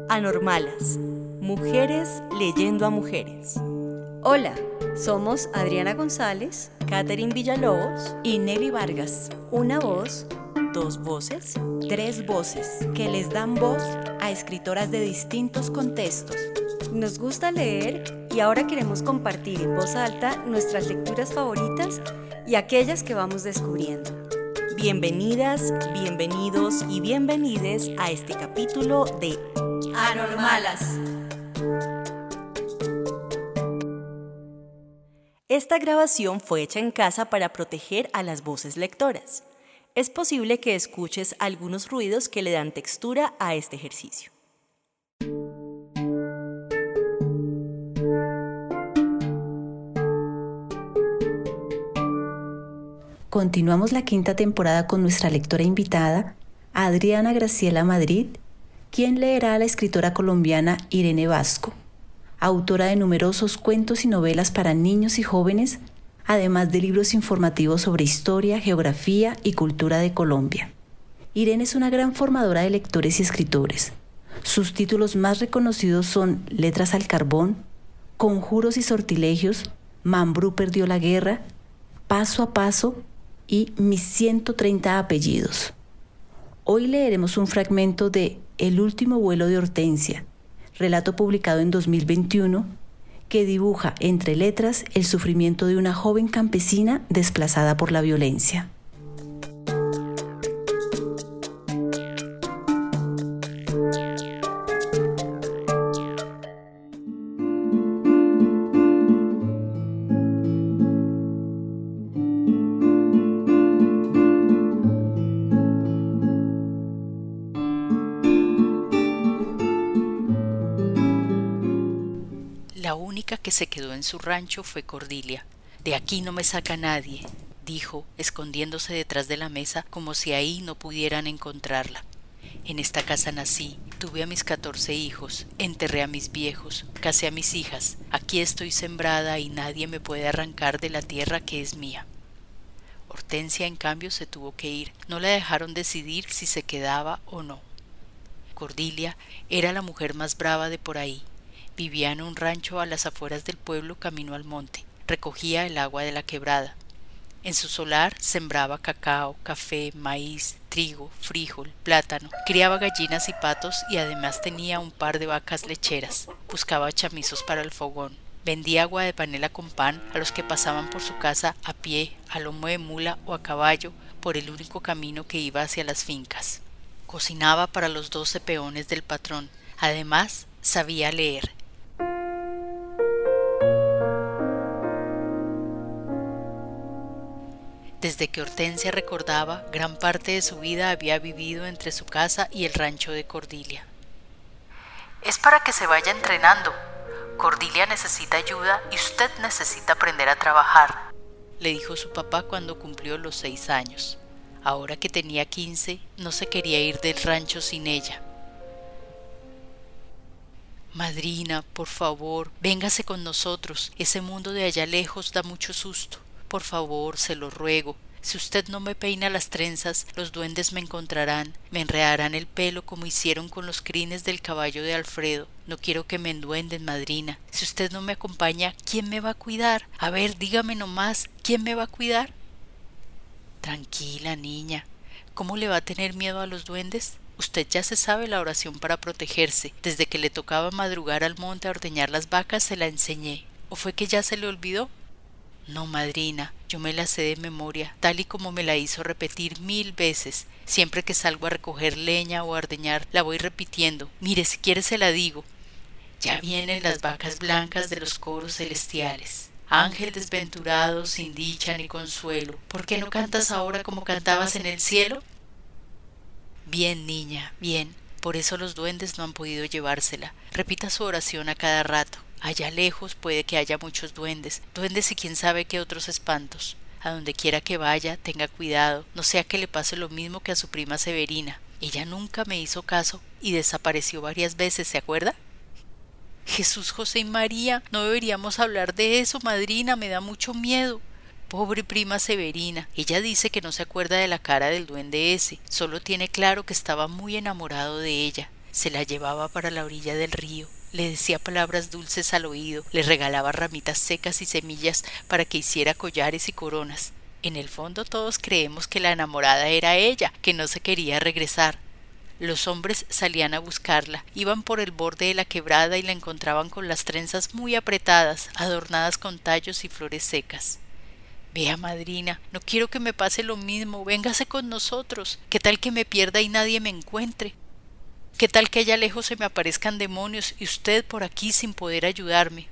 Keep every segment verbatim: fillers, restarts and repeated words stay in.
Anormalas, mujeres leyendo a mujeres. Hola, somos Adriana González, Catherine Villalobos y Nelly Vargas. Una voz, dos voces, tres voces que les dan voz a escritoras de distintos contextos. Nos gusta leer y ahora queremos compartir en voz alta nuestras lecturas favoritas y aquellas que vamos descubriendo. Bienvenidas, bienvenidos y bienvenides a este capítulo de Anormalas. Esta grabación fue hecha en casa para proteger a las voces lectoras. Es posible que escuches algunos ruidos que le dan textura a este ejercicio. Continuamos la quinta temporada con nuestra lectora invitada, Adriana Graciela Madrid, quien leerá a la escritora colombiana Irene Vasco, autora de numerosos cuentos y novelas para niños y jóvenes, además de libros informativos sobre historia, geografía y cultura de Colombia. Irene es una gran formadora de lectores y escritores. Sus títulos más reconocidos son Letras al Carbón, Conjuros y Sortilegios, Mambrú perdió la guerra, Paso a Paso y Mis ciento treinta apellidos. Hoy leeremos un fragmento de El último vuelo de Hortensia, relato publicado en dos mil veintiuno, que dibuja entre letras el sufrimiento de una joven campesina desplazada por la violencia. La única que se quedó en su rancho fue Cordilia. De aquí no me saca nadie, dijo, escondiéndose detrás de la mesa como si ahí no pudieran encontrarla. En esta casa nací, tuve a mis catorce hijos, enterré a mis viejos, casé a mis hijas. Aquí estoy sembrada y nadie me puede arrancar de la tierra que es mía. Hortensia, en cambio, se tuvo que ir. No la dejaron decidir si se quedaba o no. Cordilia era la mujer más brava de por ahí. Vivía en un rancho a las afueras del pueblo camino al monte. Recogía el agua de la quebrada. En su solar sembraba cacao, café, maíz, trigo, frijol, plátano. Criaba gallinas y patos y además tenía un par de vacas lecheras. Buscaba chamizos para el fogón. Vendía agua de panela con pan a los que pasaban por su casa a pie, a lomo de mula o a caballo por el único camino que iba hacia las fincas. Cocinaba para los doce peones del patrón. Además, sabía leer. Desde que Hortensia recordaba, gran parte de su vida había vivido entre su casa y el rancho de Cordilia. Es para que se vaya entrenando. Cordilia necesita ayuda y usted necesita aprender a trabajar, le dijo su papá cuando cumplió los seis años. Ahora que tenía quince, no se quería ir del rancho sin ella. Madrina, por favor, véngase con nosotros. Ese mundo de allá lejos da mucho susto. Por favor, se lo ruego. Si usted no me peina las trenzas, los duendes me encontrarán, me enredarán el pelo como hicieron con los crines del caballo de Alfredo. No quiero que me enduenden, madrina. Si usted no me acompaña, ¿quién me va a cuidar? A ver, dígame nomás, ¿quién me va a cuidar? Tranquila, niña. ¿Cómo le va a tener miedo a los duendes? Usted ya se sabe la oración para protegerse. Desde que le tocaba madrugar al monte a ordeñar las vacas se la enseñé. ¿O fue que ya se le olvidó? No, madrina, yo me la sé de memoria, tal y como me la hizo repetir mil veces. Siempre que salgo a recoger leña o a ordeñar, la voy repitiendo. Mire, si quiere se la digo. Ya vienen las vacas blancas de los coros celestiales. Ángel desventurado, sin dicha ni consuelo, ¿por qué no cantas ahora como cantabas en el cielo? Bien, niña, bien. Por eso los duendes no han podido llevársela. Repita su oración a cada rato. Allá lejos puede que haya muchos duendes, duendes y quién sabe qué otros espantos. A donde quiera que vaya, tenga cuidado, no sea que le pase lo mismo que a su prima Severina. Ella nunca me hizo caso y desapareció varias veces, ¿se acuerda? Jesús, José y María, no deberíamos hablar de eso, madrina, me da mucho miedo. Pobre prima Severina, ella dice que no se acuerda de la cara del duende ese, solo tiene claro que estaba muy enamorado de ella. Se la llevaba para la orilla del río, le decía palabras dulces al oído, le regalaba ramitas secas y semillas para que hiciera collares y coronas. En el fondo todos creemos que la enamorada era ella, que no se quería regresar. Los hombres salían a buscarla, iban por el borde de la quebrada y la encontraban con las trenzas muy apretadas, adornadas con tallos y flores secas. Vea, madrina, no quiero que me pase lo mismo, véngase con nosotros. ¿Qué tal que me pierda y nadie me encuentre? ¿Qué tal que allá lejos se me aparezcan demonios y usted por aquí sin poder ayudarme?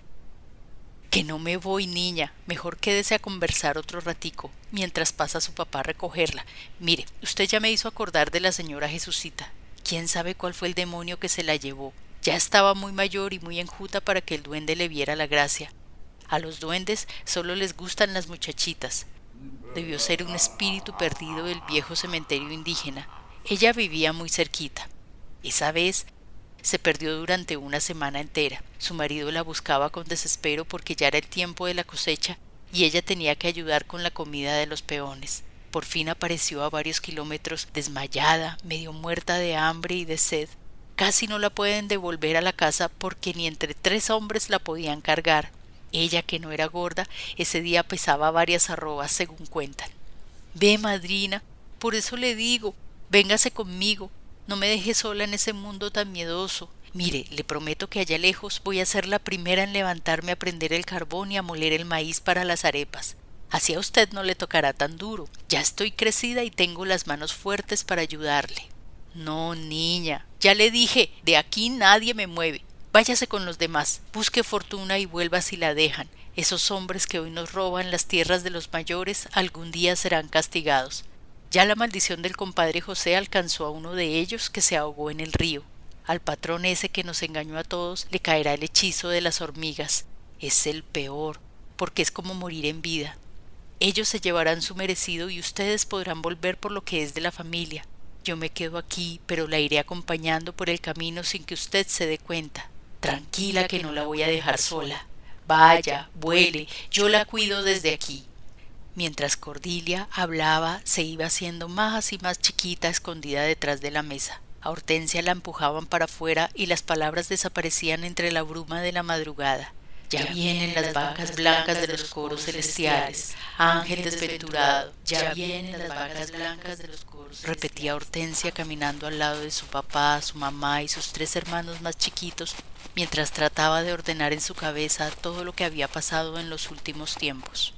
Que no me voy, niña, mejor quédese a conversar otro ratico, mientras pasa su papá a recogerla. Mire, usted ya me hizo acordar de la señora Jesucita. ¿Quién sabe cuál fue el demonio que se la llevó? Ya estaba muy mayor y muy enjuta para que el duende le viera la gracia. A los duendes solo les gustan las muchachitas. Debió ser un espíritu perdido del viejo cementerio indígena. Ella vivía muy cerquita. Esa vez se perdió durante una semana entera. Su marido la buscaba con desespero porque ya era el tiempo de la cosecha y ella tenía que ayudar con la comida de los peones. Por fin apareció a varios kilómetros, desmayada, medio muerta de hambre y de sed. Casi no la pueden devolver a la casa porque ni entre tres hombres la podían cargar. Ella, que no era gorda, ese día pesaba varias arrobas según cuentan. Ve, madrina, por eso le digo, véngase conmigo. No me deje sola en ese mundo tan miedoso. Mire, le prometo que allá lejos voy a ser la primera en levantarme a prender el carbón y a moler el maíz para las arepas. Así a usted no le tocará tan duro. Ya estoy crecida y tengo las manos fuertes para ayudarle. No, niña, ya le dije, de aquí nadie me mueve. Váyase con los demás, busque fortuna y vuelva si la dejan. Esos hombres que hoy nos roban las tierras de los mayores algún día serán castigados. Ya la maldición del compadre José alcanzó a uno de ellos que se ahogó en el río. Al patrón ese que nos engañó a todos le caerá el hechizo de las hormigas. Es el peor, porque es como morir en vida. Ellos se llevarán su merecido y ustedes podrán volver por lo que es de la familia. Yo me quedo aquí, pero la iré acompañando por el camino sin que usted se dé cuenta. Tranquila que no la voy a dejar sola. Vaya, vuele, yo la cuido desde aquí. Mientras Cordelia hablaba, se iba haciendo más y más chiquita, escondida detrás de la mesa. A Hortensia la empujaban para afuera y las palabras desaparecían entre la bruma de la madrugada. Ya vienen las vacas blancas de los coros celestiales, ángel desventurado. Ya vienen las vacas blancas de los coros celestiales, repetía Hortensia caminando al lado de su papá, su mamá y sus tres hermanos más chiquitos, mientras trataba de ordenar en su cabeza todo lo que había pasado en los últimos tiempos.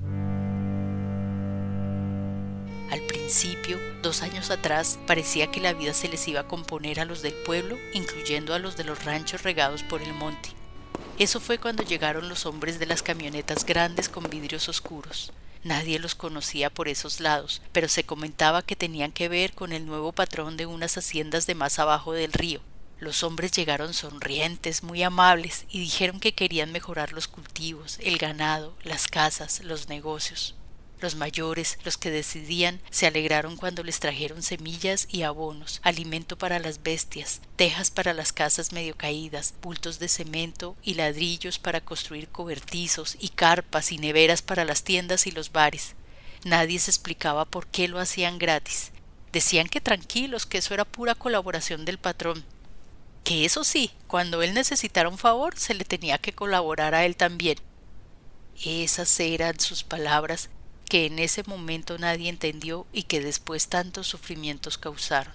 Al principio, dos años atrás, parecía que la vida se les iba a componer a los del pueblo, incluyendo a los de los ranchos regados por el monte. Eso fue cuando llegaron los hombres de las camionetas grandes con vidrios oscuros. Nadie los conocía por esos lados, pero se comentaba que tenían que ver con el nuevo patrón de unas haciendas de más abajo del río. Los hombres llegaron sonrientes, muy amables, y dijeron que querían mejorar los cultivos, el ganado, las casas, los negocios. Los mayores, los que decidían, se alegraron cuando les trajeron semillas y abonos, alimento para las bestias, tejas para las casas medio caídas, bultos de cemento y ladrillos para construir cobertizos y carpas y neveras para las tiendas y los bares. Nadie se explicaba por qué lo hacían gratis. Decían que tranquilos, que eso era pura colaboración del patrón. Que eso sí, cuando él necesitara un favor, se le tenía que colaborar a él también. Esas eran sus palabras, que en ese momento nadie entendió y que después tantos sufrimientos causaron.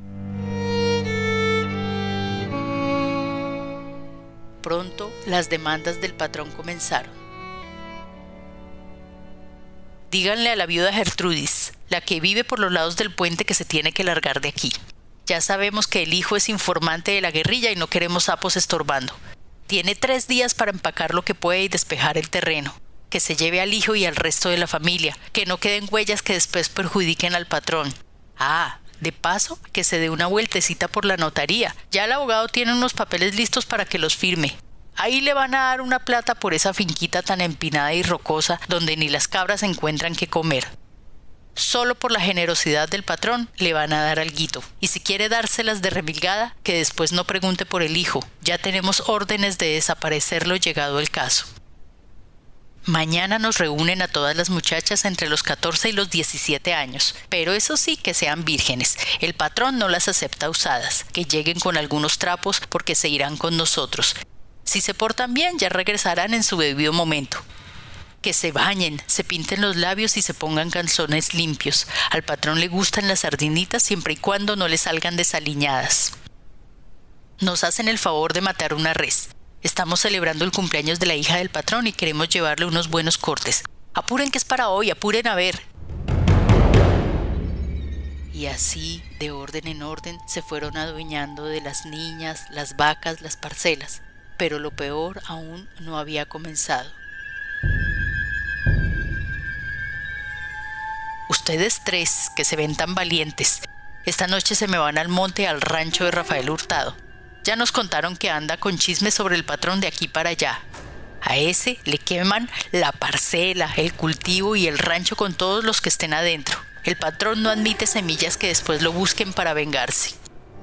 Pronto las demandas del patrón comenzaron. Díganle a la viuda Gertrudis, la que vive por los lados del puente, que se tiene que largar de aquí. Ya sabemos que el hijo es informante de la guerrilla y no queremos sapos estorbando. Tiene tres días para empacar lo que puede y despejar el terreno. Que se lleve al hijo y al resto de la familia, que no queden huellas que después perjudiquen al patrón. Ah, de paso, que se dé una vueltecita por la notaría. Ya el abogado tiene unos papeles listos para que los firme. Ahí le van a dar una plata por esa finquita tan empinada y rocosa donde ni las cabras encuentran qué comer. Solo por la generosidad del patrón le van a dar alguito. Y si quiere dárselas de remilgada, que después no pregunte por el hijo. Ya tenemos órdenes de desaparecerlo llegado el caso. Mañana nos reúnen a todas las muchachas entre los catorce y los diecisiete años, pero eso sí, que sean vírgenes. El patrón no las acepta usadas, que lleguen con algunos trapos porque se irán con nosotros. Si se portan bien, ya regresarán en su debido momento. Que se bañen, se pinten los labios y se pongan calzones limpios. Al patrón le gustan las sardinitas siempre y cuando no le salgan desaliñadas. Nos hacen el favor de matar una res. Estamos celebrando el cumpleaños de la hija del patrón y queremos llevarle unos buenos cortes. Apuren que es para hoy, apuren a ver. Y así, de orden en orden, se fueron adueñando de las niñas, las vacas, las parcelas. Pero lo peor aún no había comenzado. Ustedes tres, que se ven tan valientes, esta noche se me van al monte al rancho de Rafael Hurtado. Ya nos contaron que anda con chismes sobre el patrón de aquí para allá. A ese le queman la parcela, el cultivo y el rancho con todos los que estén adentro. El patrón no admite semillas que después lo busquen para vengarse.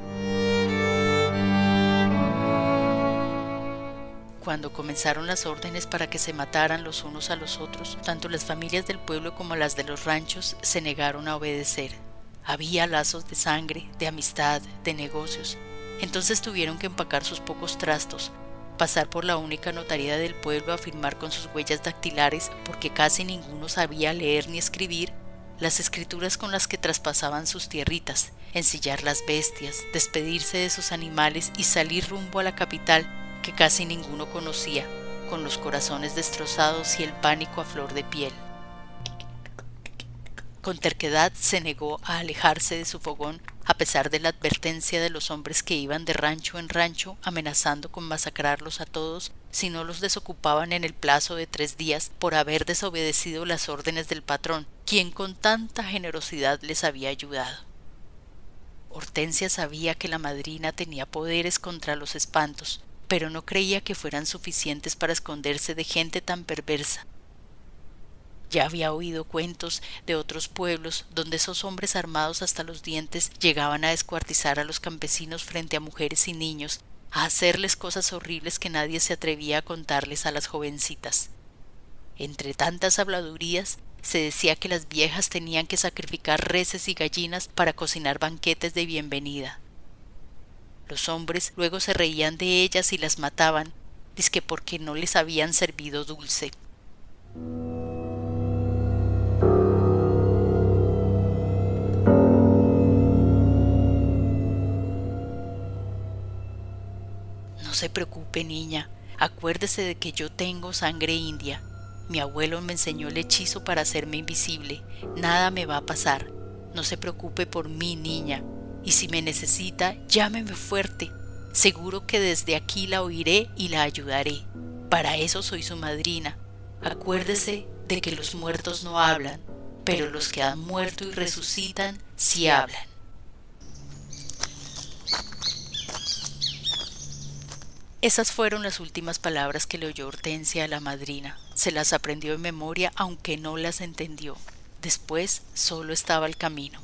Cuando comenzaron las órdenes para que se mataran los unos a los otros, tanto las familias del pueblo como las de los ranchos se negaron a obedecer. Había lazos de sangre, de amistad, de negocios. Entonces tuvieron que empacar sus pocos trastos, pasar por la única notaría del pueblo a firmar con sus huellas dactilares, porque casi ninguno sabía leer ni escribir, las escrituras con las que traspasaban sus tierritas, ensillar las bestias, despedirse de sus animales y salir rumbo a la capital que casi ninguno conocía, con los corazones destrozados y el pánico a flor de piel. Con terquedad se negó a alejarse de su fogón a pesar de la advertencia de los hombres que iban de rancho en rancho amenazando con masacrarlos a todos si no los desocupaban en el plazo de tres días por haber desobedecido las órdenes del patrón, quien con tanta generosidad les había ayudado. Hortensia sabía que la madrina tenía poderes contra los espantos, pero no creía que fueran suficientes para esconderse de gente tan perversa. Ya había oído cuentos de otros pueblos donde esos hombres armados hasta los dientes llegaban a descuartizar a los campesinos frente a mujeres y niños, a hacerles cosas horribles que nadie se atrevía a contarles a las jovencitas. Entre tantas habladurías, se decía que las viejas tenían que sacrificar reses y gallinas para cocinar banquetes de bienvenida. Los hombres luego se reían de ellas y las mataban, dizque porque no les habían servido dulce. No se preocupe, niña, acuérdese de que yo tengo sangre india. Mi abuelo me enseñó el hechizo para hacerme invisible. Nada me va a pasar. No se preocupe por mí, niña. Y si me necesita, llámeme fuerte. Seguro que desde aquí la oiré y la ayudaré. Para eso soy su madrina. Acuérdese de que los muertos no hablan, pero los que han muerto y resucitan sí hablan. Esas fueron las últimas palabras que le oyó Hortensia a la madrina. Se las aprendió de memoria, aunque no las entendió. Después solo estaba el camino.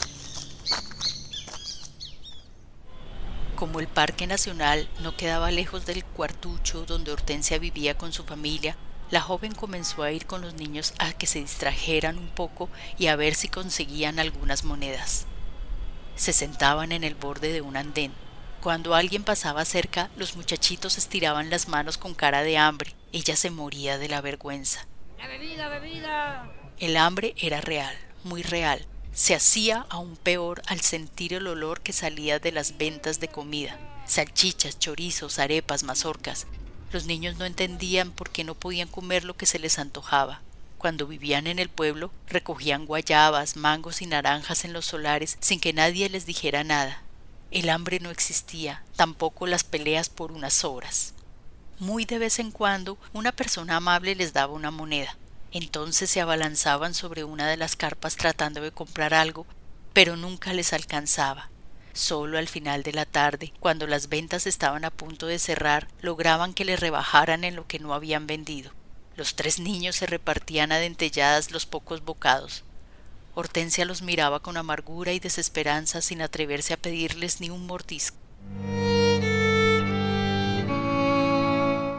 Como el Parque Nacional no quedaba lejos del cuartucho donde Hortensia vivía con su familia, la joven comenzó a ir con los niños a que se distrajeran un poco y a ver si conseguían algunas monedas. Se sentaban en el borde de un andén. Cuando alguien pasaba cerca, los muchachitos estiraban las manos con cara de hambre. Ella se moría de la vergüenza. ¡La bebida, bebida! El hambre era real, muy real. Se hacía aún peor al sentir el olor que salía de las ventas de comida. Salchichas, chorizos, arepas, mazorcas. Los niños no entendían por qué no podían comer lo que se les antojaba. Cuando vivían en el pueblo, recogían guayabas, mangos y naranjas en los solares sin que nadie les dijera nada. El hambre no existía, tampoco las peleas por unas horas. Muy de vez en cuando, una persona amable les daba una moneda. Entonces se abalanzaban sobre una de las carpas tratando de comprar algo, pero nunca les alcanzaba. Solo al final de la tarde, cuando las ventas estaban a punto de cerrar, lograban que les rebajaran en lo que no habían vendido. Los tres niños se repartían a dentelladas los pocos bocados. Hortensia los miraba con amargura y desesperanza sin atreverse a pedirles ni un mordisco. La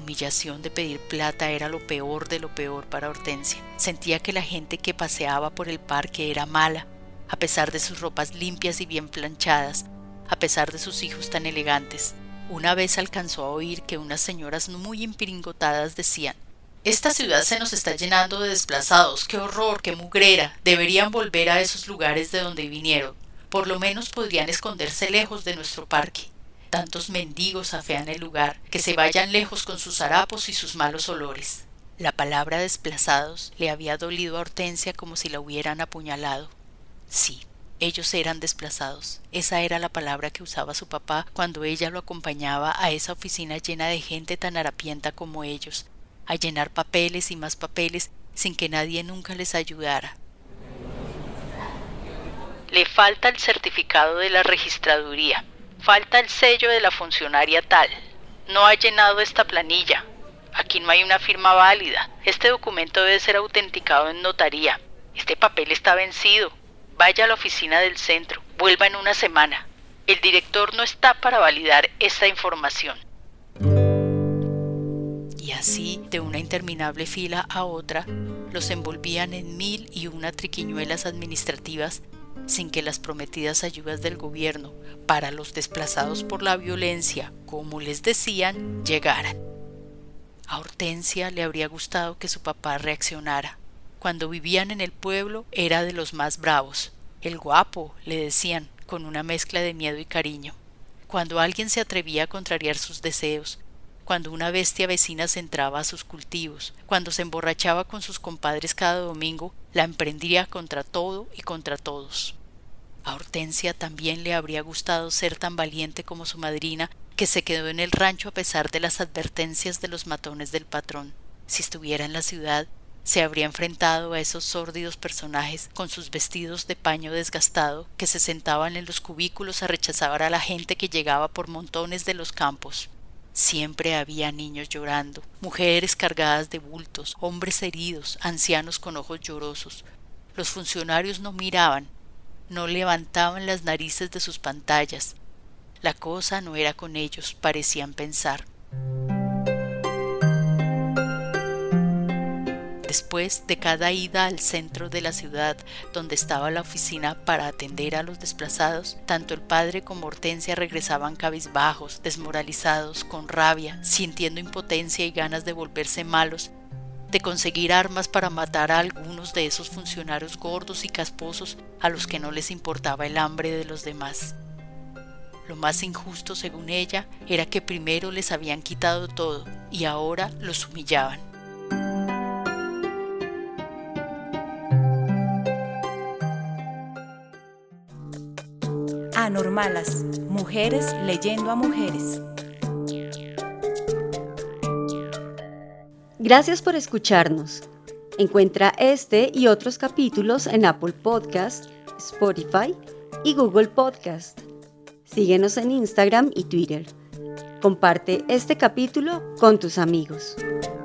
humillación de pedir plata era lo peor de lo peor para Hortensia. Sentía que la gente que paseaba por el parque era mala, a pesar de sus ropas limpias y bien planchadas, a pesar de sus hijos tan elegantes. Una vez alcanzó a oír que unas señoras muy empiringotadas decían: «Esta ciudad se nos está llenando de desplazados, qué horror, qué mugrera, deberían volver a esos lugares de donde vinieron, por lo menos podrían esconderse lejos de nuestro parque. Tantos mendigos afean el lugar, que se vayan lejos con sus harapos y sus malos olores». La palabra desplazados le había dolido a Hortensia como si la hubieran apuñalado. Sí, ellos eran desplazados. Esa era la palabra que usaba su papá cuando ella lo acompañaba a esa oficina llena de gente tan harapienta como ellos, a llenar papeles y más papeles sin que nadie nunca les ayudara. Le falta el certificado de la registraduría. Falta el sello de la funcionaria tal. No ha llenado esta planilla. Aquí no hay una firma válida. Este documento debe ser autenticado en notaría. Este papel está vencido. Vaya a la oficina del centro. Vuelva en una semana. El director no está para validar esta información. Y así, de una interminable fila a otra, los envolvían en mil y una triquiñuelas administrativas sin que las prometidas ayudas del gobierno para los desplazados por la violencia, como les decían, llegaran. A Hortensia le habría gustado que su papá reaccionara. Cuando vivían en el pueblo era de los más bravos. El guapo, le decían, con una mezcla de miedo y cariño. Cuando alguien se atrevía a contrariar sus deseos, cuando una bestia vecina se entraba a sus cultivos, cuando se emborrachaba con sus compadres cada domingo, la emprendía contra todo y contra todos. A Hortensia también le habría gustado ser tan valiente como su madrina, que se quedó en el rancho a pesar de las advertencias de los matones del patrón. Si estuviera en la ciudad, se habría enfrentado a esos sórdidos personajes con sus vestidos de paño desgastado que se sentaban en los cubículos a rechazar a la gente que llegaba por montones de los campos. Siempre había niños llorando, mujeres cargadas de bultos, hombres heridos, ancianos con ojos llorosos. Los funcionarios no miraban, no levantaban las narices de sus pantallas. La cosa no era con ellos, parecían pensar. Después de cada ida al centro de la ciudad, donde estaba la oficina para atender a los desplazados, tanto el padre como Hortensia regresaban cabizbajos, desmoralizados, con rabia, sintiendo impotencia y ganas de volverse malos, de conseguir armas para matar a algunos de esos funcionarios gordos y casposos a los que no les importaba el hambre de los demás. Lo más injusto, según ella, era que primero les habían quitado todo y ahora los humillaban. Anormalas, mujeres leyendo a mujeres. Gracias por escucharnos. Encuentra este y otros capítulos en Apple Podcast, Spotify y Google Podcast. Síguenos en Instagram y Twitter. Comparte este capítulo con tus amigos.